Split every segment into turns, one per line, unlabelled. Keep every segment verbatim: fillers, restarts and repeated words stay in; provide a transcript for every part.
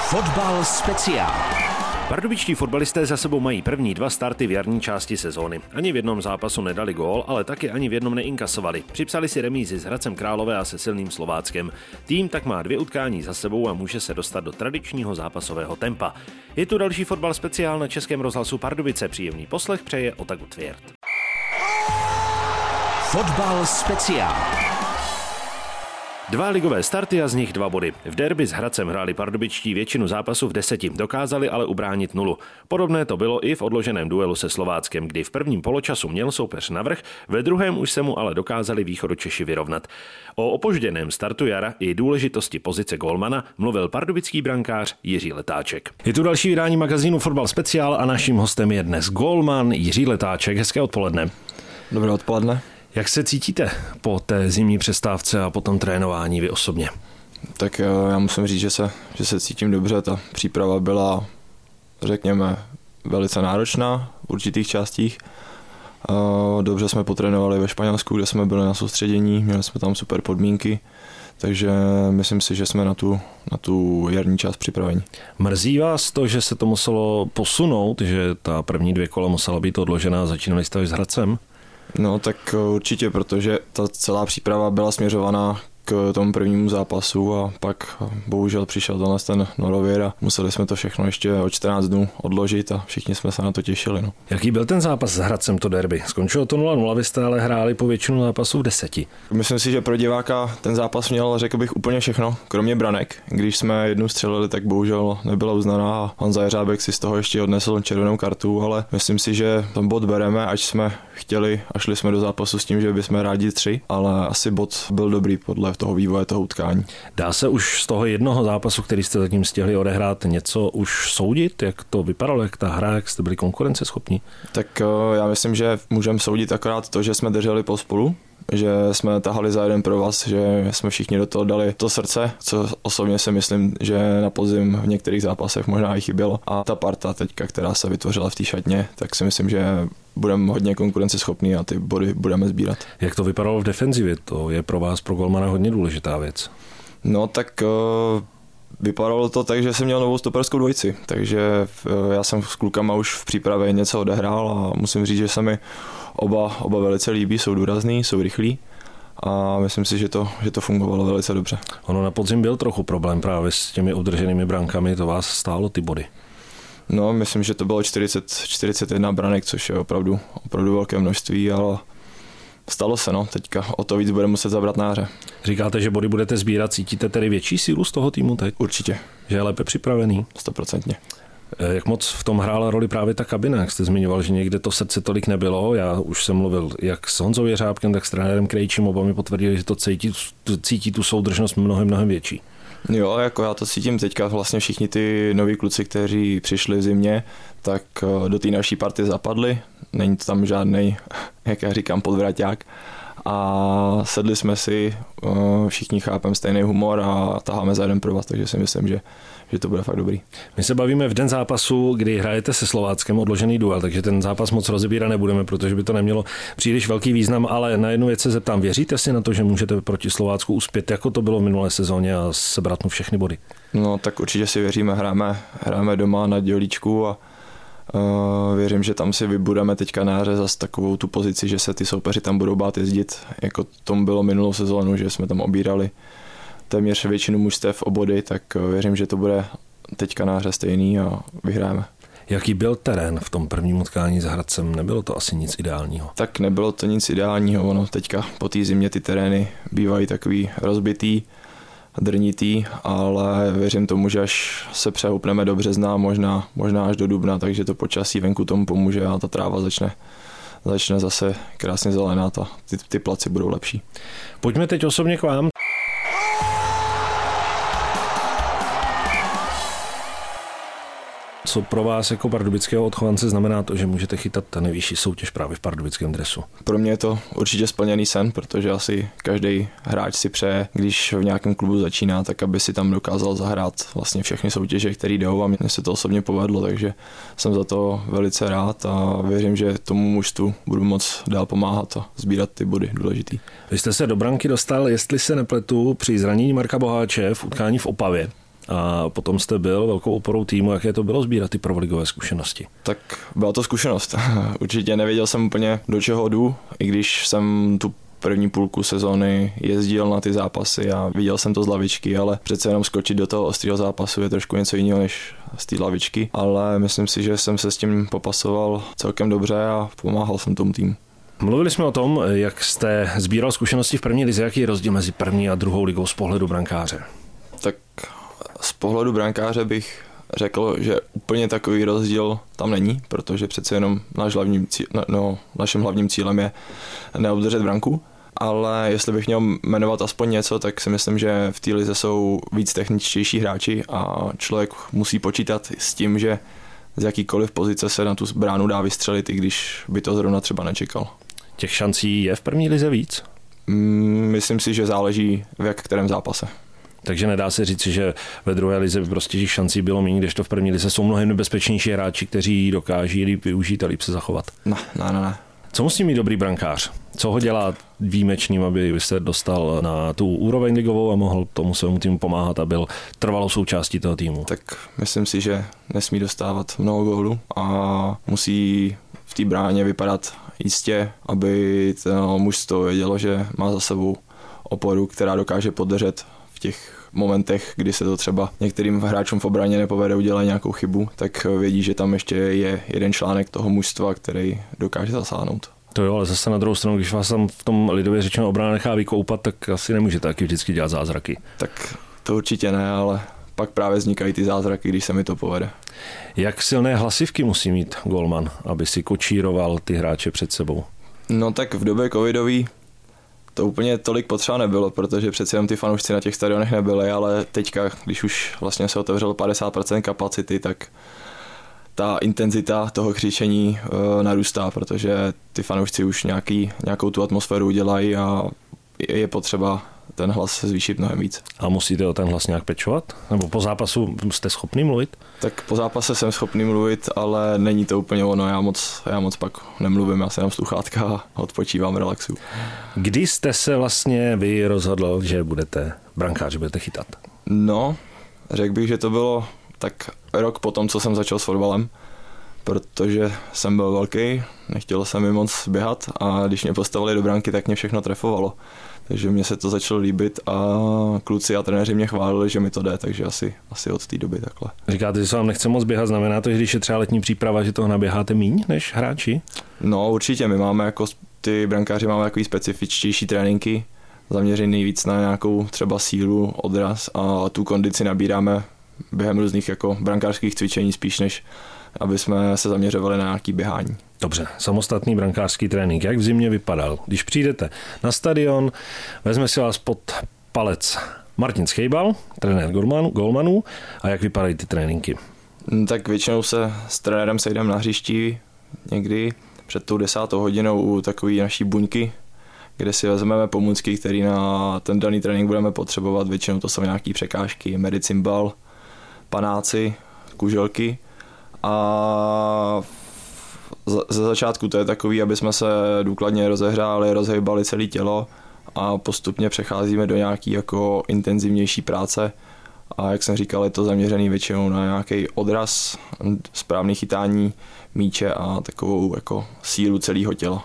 Fotbal speciál.
Pardubičtí fotbalisté za sebou mají první dva starty v jarní části sezóny. Ani v jednom zápasu nedali gól, ale taky ani v jednom neinkasovali. Připsali si remízy s Hradcem Králové a se silným Slováckem. Tým tak má dvě utkání za sebou a může se dostat do tradičního zápasového tempa. Je tu další fotbal speciál na Českém rozhlasu Pardubice. Příjemný poslech přeje Otak Utvěrt.
Fotbal speciál.
Dva ligové starty a z nich dva body. V derby s Hradcem hráli pardubičtí většinu zápasu v deseti, dokázali ale ubránit nulu. Podobné to bylo i v odloženém duelu se Slováckem, kdy v prvním poločasu měl soupeř navrch, ve druhém už se mu ale dokázali Východočeši vyrovnat. O opožděném startu jara i důležitosti pozice gólmana mluvil pardubický brankář Jiří Letáček. Je tu další vydání magazínu Fotbal speciál a naším hostem je dnes gólman Jiří Letáček. Hezké odpoledne.
Dobré odpoledne.
Jak se cítíte po té zimní přestávce a po tom trénování vy osobně?
Tak já musím říct, že se, že se cítím dobře. Ta příprava byla, řekněme, velice náročná v určitých částích. Dobře jsme potrénovali ve Španělsku, kde jsme byli na soustředění, měli jsme tam super podmínky, takže myslím si, že jsme na tu, na tu jarní část připraveni.
Mrzí vás to, že se to muselo posunout, že ta první dvě kola musela být odložená a začínali jste s Hradcem?
No tak určitě, protože ta celá příprava byla směřovaná k tomu prvnímu zápasu a pak bohužel přišel tenhle ten norověr a museli jsme to všechno ještě o čtrnáct dnů odložit a všichni jsme se na to těšili. No.
Jaký byl ten zápas s Hradcem, to derby? Skončilo to nula nula, vy jste ale hráli po většinu zápasů v deseti.
Myslím si, že pro diváka ten zápas měl, řekl bych, úplně všechno, kromě branek. Když jsme jednu střelili, tak bohužel nebyla uznaná a Honza Jeřábek si z toho ještě odnesl červenou kartu, ale myslím si, že ten bod bereme, ať jsme chtěli a šli jsme do zápasu s tím, že bychom rádi tři, ale asi bod byl dobrý podle toho vývoje toho utkání.
Dá se už z toho jednoho zápasu, který jste zatím stihli odehrát, něco už soudit? Jak to vypadalo, jak ta hra, jak jste byli konkurenceschopní?
Tak já myslím, že můžeme soudit akorát to, že jsme drželi pospolu, že jsme tahali za jeden provaz, že jsme všichni do toho dali to srdce, co osobně si myslím, že na podzim v některých zápasech možná i chybělo. A ta parta teďka, která se vytvořila v té šatně, tak si myslím, že budeme hodně konkurenceschopní a ty body budeme sbírat. Jak to vypadalo v defenzivě? To je pro vás, pro golmana, hodně důležitá věc. No tak uh, vypadalo to tak, že jsem měl novou stoperskou dvojici, takže uh, já jsem s klukama už v přípravě něco odehrál a musím říct, že se mi oba, oba velice líbí, jsou důrazný, jsou rychlí a myslím si, že to, že to fungovalo velice dobře.
Ono na podzim byl trochu problém právě s těmi udrženými brankami, to vás stálo ty body.
No, myslím, že to bylo čtyřicet, čtyřicet jedna branek, což je opravdu, opravdu velké množství, ale stalo se, no, teďka o to víc bude muset zabrat na hře.
Říkáte, že body budete sbírat, cítíte tedy větší sílu z toho týmu teď?
Určitě.
Že je lépe připravený?
Stoprocentně.
Jak moc v tom hrála roli právě ta kabina, jak jste zmiňoval, že někde to srdce tolik nebylo, já už jsem mluvil jak s Honzou Jeřábkem, tak s trenérem Krejčím, oba mi potvrdili, že to cítí, cítí tu soudržnost mnohem, mnohem větší. Jo,
jako já to cítím teďka, vlastně všichni ty noví kluci, kteří přišli v zimě, tak do té naší party zapadli, není to tam žádnej, jak já říkám, podvraťák a sedli jsme si, všichni chápeme stejný humor a taháme za jeden provaz, takže si myslím, že, že to bude fakt dobrý.
My se bavíme v den zápasu, kdy hrajete se Slováckem odložený duel, takže ten zápas moc rozebírat nebudeme, protože by to nemělo příliš velký význam, ale na jednu věc se zeptám, věříte si na to, že můžete proti Slovácku uspět, jako to bylo v minulé sezóně a sebrat mu všechny body?
No tak určitě si věříme, hrajeme, hrajeme doma na Dělíčku a Uh, věřím, že tam si vybudeme teďka na hře zase takovou tu pozici, že se ty soupeři tam budou bát jezdit, jako tomu bylo minulou sezónu, že jsme tam obírali téměř většinu mužstev o body, tak věřím, že to bude teďka na hře stejný a vyhráme.
Jaký byl terén v tom prvním utkání s Hradcem? Nebylo to asi nic ideálního?
Tak nebylo to nic ideálního, ono teďka po té zimě ty terény bývají takový rozbitý, drnitý, ale věřím tomu, že až se přehoupneme do března, možná, možná až do dubna, takže to počasí venku tomu pomůže a ta tráva začne, začne zase krásně zelená a ty, ty placi budou lepší.
Pojďme teď osobně k vám. Co pro vás jako pardubického odchovance znamená to, že můžete chytat ta nejvyšší soutěž právě v pardubickém dresu?
Pro mě je to určitě splněný sen, protože asi každý hráč si přeje, když v nějakém klubu začíná, tak aby si tam dokázal zahrát vlastně všechny soutěže, které jdou a mně se to osobně povedlo, takže jsem za to velice rád a věřím, že tomu mužstvu budu moc dál pomáhat a sbírat ty body důležitý.
Vy jste se do branky dostal, jestli se nepletu, při zranění Marka Boháče v utkání v Opavě. a potom jste byl velkou oporou týmu. Jaké to bylo sbírat ty prvoligové zkušenosti?
Tak byla to zkušenost. Určitě nevěděl jsem úplně, do čeho jdu, i když jsem tu první půlku sezóny jezdil na ty zápasy a viděl jsem to z lavičky, ale přece jenom skočit do toho ostrého zápasu je trošku něco jiného než z té lavičky, ale myslím si, že jsem se s tím popasoval celkem dobře a pomáhal jsem tomu týmu.
Mluvili jsme o tom, jak jste sbíral zkušenosti v první lize. Jaký je rozdíl mezi první a druhou ligou z pohledu brankáře?
Tak z pohledu brankáře bych řekl, že úplně takový rozdíl tam není, protože přece jenom náš hlavním cíl, no, naším hlavním cílem je neobdržet branku, ale jestli bych měl jmenovat aspoň něco, tak si myslím, že v té lize jsou víc techničtější hráči a člověk musí počítat s tím, že z jakýkoliv pozice se na tu bránu dá vystřelit, i když by to zrovna třeba nečekal.
Těch šancí je v první lize víc?
Myslím si, že záleží v jak kterém zápase.
Takže nedá se říct, že ve druhé lize by prostě těch šancí bylo méně, kdežto v první lize jsou mnohem nebezpečnější hráči, kteří dokáží líp využít a líp se zachovat.
Ne, ne, ne. ne.
Co musí mít dobrý brankář? Co ho dělá výjimečným, aby se dostal na tu úroveň ligovou a mohl tomu svému týmu pomáhat a byl trvalou součástí toho týmu?
Tak myslím si, že nesmí dostávat mnoho gólů a musí v té bráně vypadat jistě, aby to mužstvo vědělo, že má za sebou oporu, která dokáže podržet v těch momentech, kdy se to třeba některým hráčům v obraně nepovede udělat nějakou chybu, tak vědí, že tam ještě je jeden článek toho mužstva, který dokáže zasáhnout.
To jo, ale zase na druhou stranu, když vás tam v tom lidově řečeno obrana nechá vykoupat, tak asi nemůžete taky vždycky dělat zázraky.
Tak to určitě ne, ale pak právě vznikají ty zázraky, když se mi to povede.
Jak silné hlasivky musí mít golman, aby si kočíroval ty hráče před sebou?
No tak v době covidový to úplně tolik potřeba nebylo, protože přeci jenom ty fanoušci na těch stadionech nebyli, ale teďka, když už vlastně se otevřelo padesát procent kapacity, tak ta intenzita toho křičení e, narůstá, protože ty fanoušci už nějaký, nějakou tu atmosféru udělají a je, je potřeba ten hlas zvýšit mnohem víc.
A musíte o ten hlas nějak pečovat? Nebo po zápasu jste schopný mluvit?
Tak po zápase jsem schopný mluvit, ale není to úplně ono. Já moc, já moc pak nemluvím, já se jenom sluchátka a odpočívám, relaxu.
Kdy jste se vlastně vy rozhodl, že budete brankář, že budete chytat?
No, řekl bych, že to bylo tak rok potom, co jsem začal s fotbalem, protože jsem byl velký, nechtěl jsem mi moc běhat a když mě postavili do branky, tak mě všechno trefovalo. Takže mě se to začalo líbit a kluci a trenéři mě chválili, že mi to jde, takže asi, asi od té doby takhle.
Říkáte, že se vám nechce moc běhat, znamená to, že když je třeba letní příprava, že toho naběháte míň než hráči?
No určitě, my máme jako ty brankáři máme takový specifičtější tréninky, zaměřený nejvíc na nějakou třeba sílu, odraz a tu kondici nabíráme během různých jako brankářských cvičení spíš než aby jsme se zaměřovali na nějaký běhání.
Dobře, samostatný brankářský trénink. Jak v zimě vypadal? Když přijdete na stadion, vezme si vás pod palec Martin Schejbal, trenér golmanů, a jak vypadají ty tréninky?
Tak většinou se s trenérem sejdeme na hřišti někdy před tou desátou hodinou u takové naší buňky, kde si vezmeme pomůcky, které na ten daný trénink budeme potřebovat. Většinou to jsou nějaké překážky, medicimbal, panáci, kuželky. A ze začátku to je takový, aby jsme se důkladně rozehřáli, rozhejbali celé tělo a postupně přecházíme do nějaký jako intenzivnější práce. A jak jsem říkal, je to zaměřený většinou na nějaký odraz, správný chytání míče a takovou jako sílu celého těla.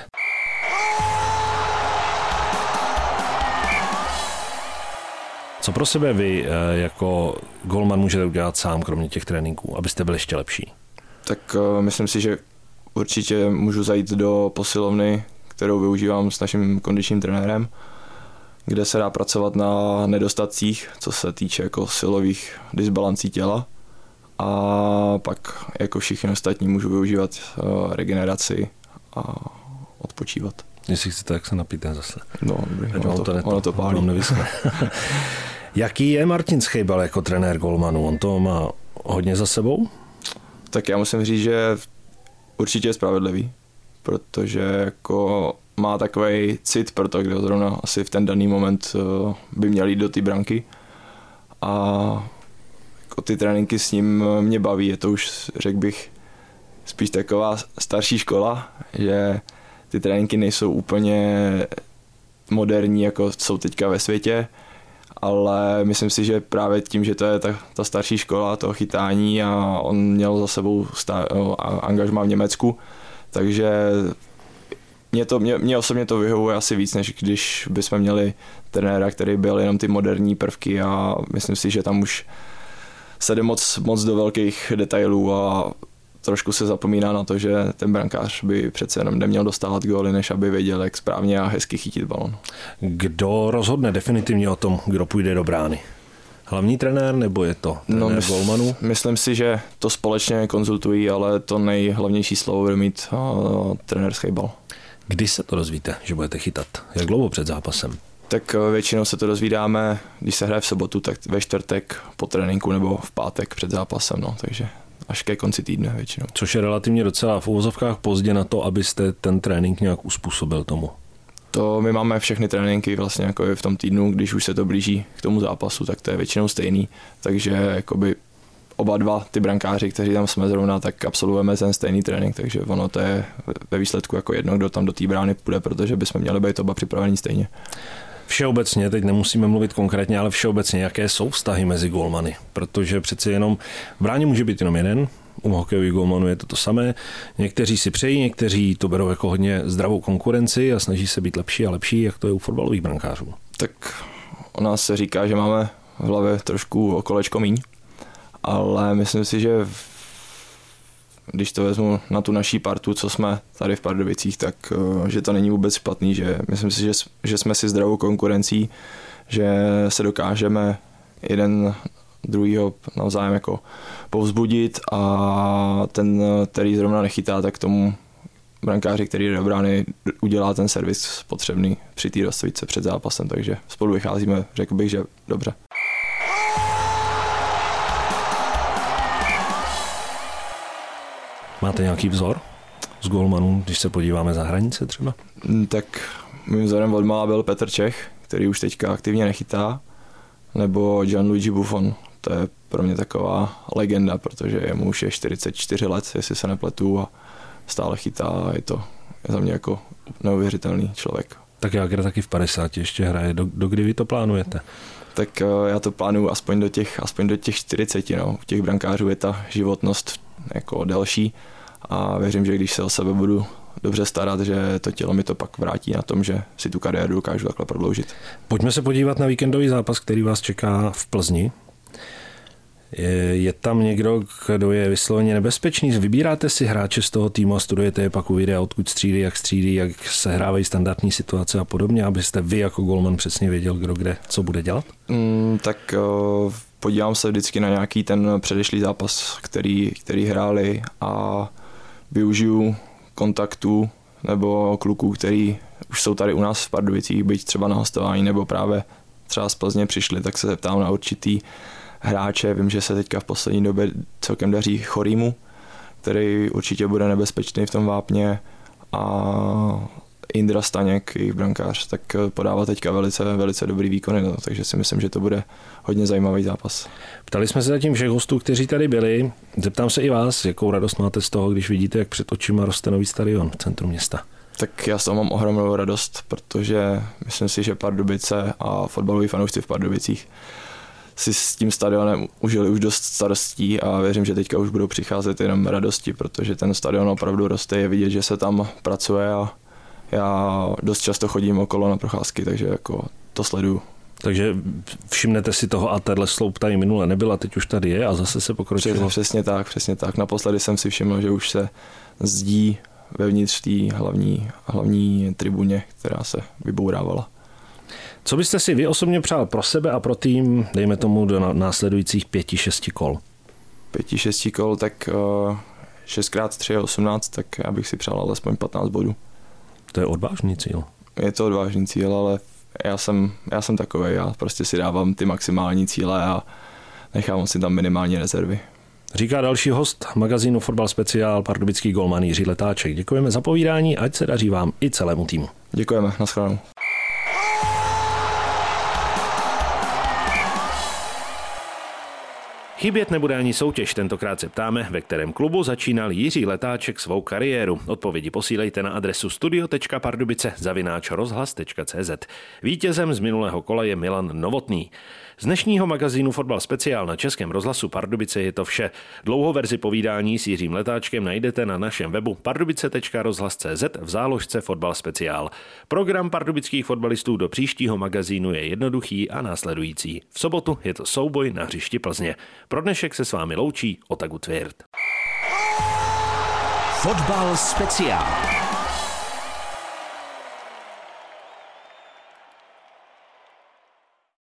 Co pro sebe vy jako golman můžete udělat sám, kromě těch tréninků, abyste byli ještě lepší?
Tak myslím si, že určitě můžu zajít do posilovny, kterou využívám s naším kondičním trenérem, kde se dá pracovat na nedostatcích, co se týče jako silových disbalancí těla. A pak jako všichni ostatní můžu využívat regeneraci a odpočívat.
Jestli chcete, tak se napijte zase.
No, dobrý, ono,
ono,
to,
to, neto,
ono to pálí.
Jaký je Martin Schejbal jako trenér golmanů? On to má hodně za sebou?
Tak já musím říct, že určitě je spravedlivý, protože jako má takový cit pro to, kde zrovna asi v ten daný moment by měl jít do té branky. A jako ty tréninky s ním mě baví, je to už, řekl bych, spíš taková starší škola, že ty tréninky nejsou úplně moderní, jako jsou teďka ve světě, ale myslím si, že právě tím, že to je ta, ta starší škola toho chytání a on měl za sebou stá, angažmá v Německu, takže mě, to, mě, mě osobně to vyhovuje asi víc, než když bychom měli trenéra, který byl jenom ty moderní prvky a myslím si, že tam už se jde moc, moc do velkých detailů a trošku se zapomíná na to, že ten brankář by přece jenom neměl dostávat góly, než aby věděl, jak správně a hezky chytit balon.
Kdo rozhodne definitivně o tom, kdo půjde do brány? Hlavní trenér nebo je to trenér no, golmanů?
Myslím si, že to společně konzultují, ale to nejhlavnější slovo bude mít uh, trenérský bal.
Kdy se to dozvíte, že budete chytat? Jak dlouho před zápasem?
Tak většinou se to dozvídáme, když se hraje v sobotu, tak ve čtvrtek po tréninku nebo v pátek před zápasem, no, takže až ke konci týdne většinou.
Což je relativně docela v uvozovkách pozdě na to, abyste ten trénink nějak uspůsobil tomu.
To my máme všechny tréninky vlastně jako v tom týdnu, když už se to blíží k tomu zápasu, tak to je většinou stejný, takže jakoby oba dva ty brankáři, kteří tam jsme zrovna, tak absolvujeme ten stejný trénink, takže ono to je ve výsledku jako jedno, kdo tam do té brány půjde, protože bychom měli být oba připravení stejně.
Všeobecně, teď nemusíme mluvit konkrétně, ale všeobecně, jaké jsou vztahy mezi golmany, protože přece jenom v bráně může být jenom jeden, u hokejových golmanů je to to samé, někteří si přejí, někteří to berou jako hodně zdravou konkurenci a snaží se být lepší a lepší, jak to je u fotbalových brankářů.
Tak o nás se říká, že máme v hlavě trošku o kolečko míň, ale myslím si, že když to vezmu na tu naší partu, co jsme tady v Pardubicích, tak že to není vůbec špatný, že myslím si, že, že jsme si zdravou konkurencí, že se dokážeme jeden druhýho navzájem jako povzbudit a ten, který zrovna nechytá, tak tomu brankáři, který jde do brány, udělá ten servis potřebný při té rozcvičce před zápasem, takže spolu vycházíme, řekl bych, že dobře.
Máte nějaký vzor z golmanů, když se podíváme za hranice třeba?
Tak mým vzorem odmala byl Petr Čech, který už teďka aktivně nechytá, nebo Gianluigi Buffon. To je pro mě taková legenda, protože jemu už je čtyřicet čtyři let, jestli se nepletu, a stále chytá a je to je za mě jako neuvěřitelný člověk.
Tak Jágr taky v padesáti ještě hraje. Do, do kdy vy to plánujete?
Tak já to plánuju aspoň do těch, aspoň do těch čtyřiceti. No. U těch brankářů je ta životnost jako delší a věřím, že když se o sebe budu dobře starat, že to tělo mi to pak vrátí na tom, že si tu kariéru dokážu takhle prodloužit.
Pojďme se podívat na víkendový zápas, který vás čeká v Plzni. Je, je tam někdo, kdo je vysloveně nebezpečný? Vybíráte si hráče z toho týmu a studujete je pak u videa, odkud střídí, jak střídí, jak se hrávají standardní situace a podobně, abyste vy jako golman přesně věděl, kdo kde co bude dělat?
Mm, tak uh, podívám se vždycky na nějaký ten předešlý zápas, který, který hráli a využiju kontaktů nebo kluků, který už jsou tady u nás v Pardubicích, byť třeba na hostování nebo právě třeba z Plzně přišli, tak se zeptám na určitý hráče. Vím, že se teďka v poslední době celkem daří Chorýmu, který určitě bude nebezpečný v tom vápně, a Indra Staněk, jejich brankář, tak podává teďka velice, velice dobrý výkony, no, takže si myslím, že to bude hodně zajímavý zápas.
Ptali jsme se zatím všech hostů, kteří tady byli. Zeptám se i vás, jakou radost máte z toho, když vidíte, jak před očima roste nový stadion v centru města?
Tak já z toho mám ohromnou radost, protože myslím si, že Pardubice a fotbaloví fanoušci v Pardubicích si s tím stadionem užili už dost starostí a věřím, že teďka už budou přicházet jenom radosti, protože ten stadion opravdu roste, je vidět, že se tam pracuje a já dost často chodím okolo na procházky, takže jako to sleduju.
Takže všimnete si toho a tahle sloup tady minule nebyla, teď už tady je a zase se pokročilo.
Přesně tak, přesně tak. Naposledy jsem si všiml, že už se zdí vevnitř té hlavní, hlavní tribuně, která se vybourávala.
Co byste si vy osobně přál pro sebe a pro tým, dejme tomu, do následujících pěti, šesti kol?
Pěti, šesti kol, tak šest krát tři je osmnáct, tak já bych si přál alespoň patnáct bodů.
To je odvážný cíl.
Je to odvážný cíl, ale já jsem, já jsem takovej, já prostě si dávám ty maximální cíle a nechávám si tam minimální rezervy.
Říká další host magazínu Fotbal Speciál, pardubický golman Jiří Letáček. Děkujeme za povídání, ať se daří vám i celému týmu.
Děkujeme, nashledanou.
Chybět nebude ani soutěž, tentokrát se ptáme, ve kterém klubu začínal Jiří Letáček svou kariéru. Odpovědi posílejte na adresu studio tečka pardubice zavináč rozhlas tečka cé zet. Vítězem z minulého kola je Milan Novotný. Z dnešního magazínu Fotbal speciál na Českém rozhlasu Pardubice je to vše. Dlouhou verzi povídání s Jiřím Letáčkem najdete na našem webu pardubice tečka rozhlas tečka cé zet v záložce Fotbal speciál. Program pardubických fotbalistů do příštího magazínu je jednoduchý a následující. V sobotu je to souboj na hřišti Plzně. Pro dnešek se s vámi loučí Otaku Tvěrt.
Fotbal speciál.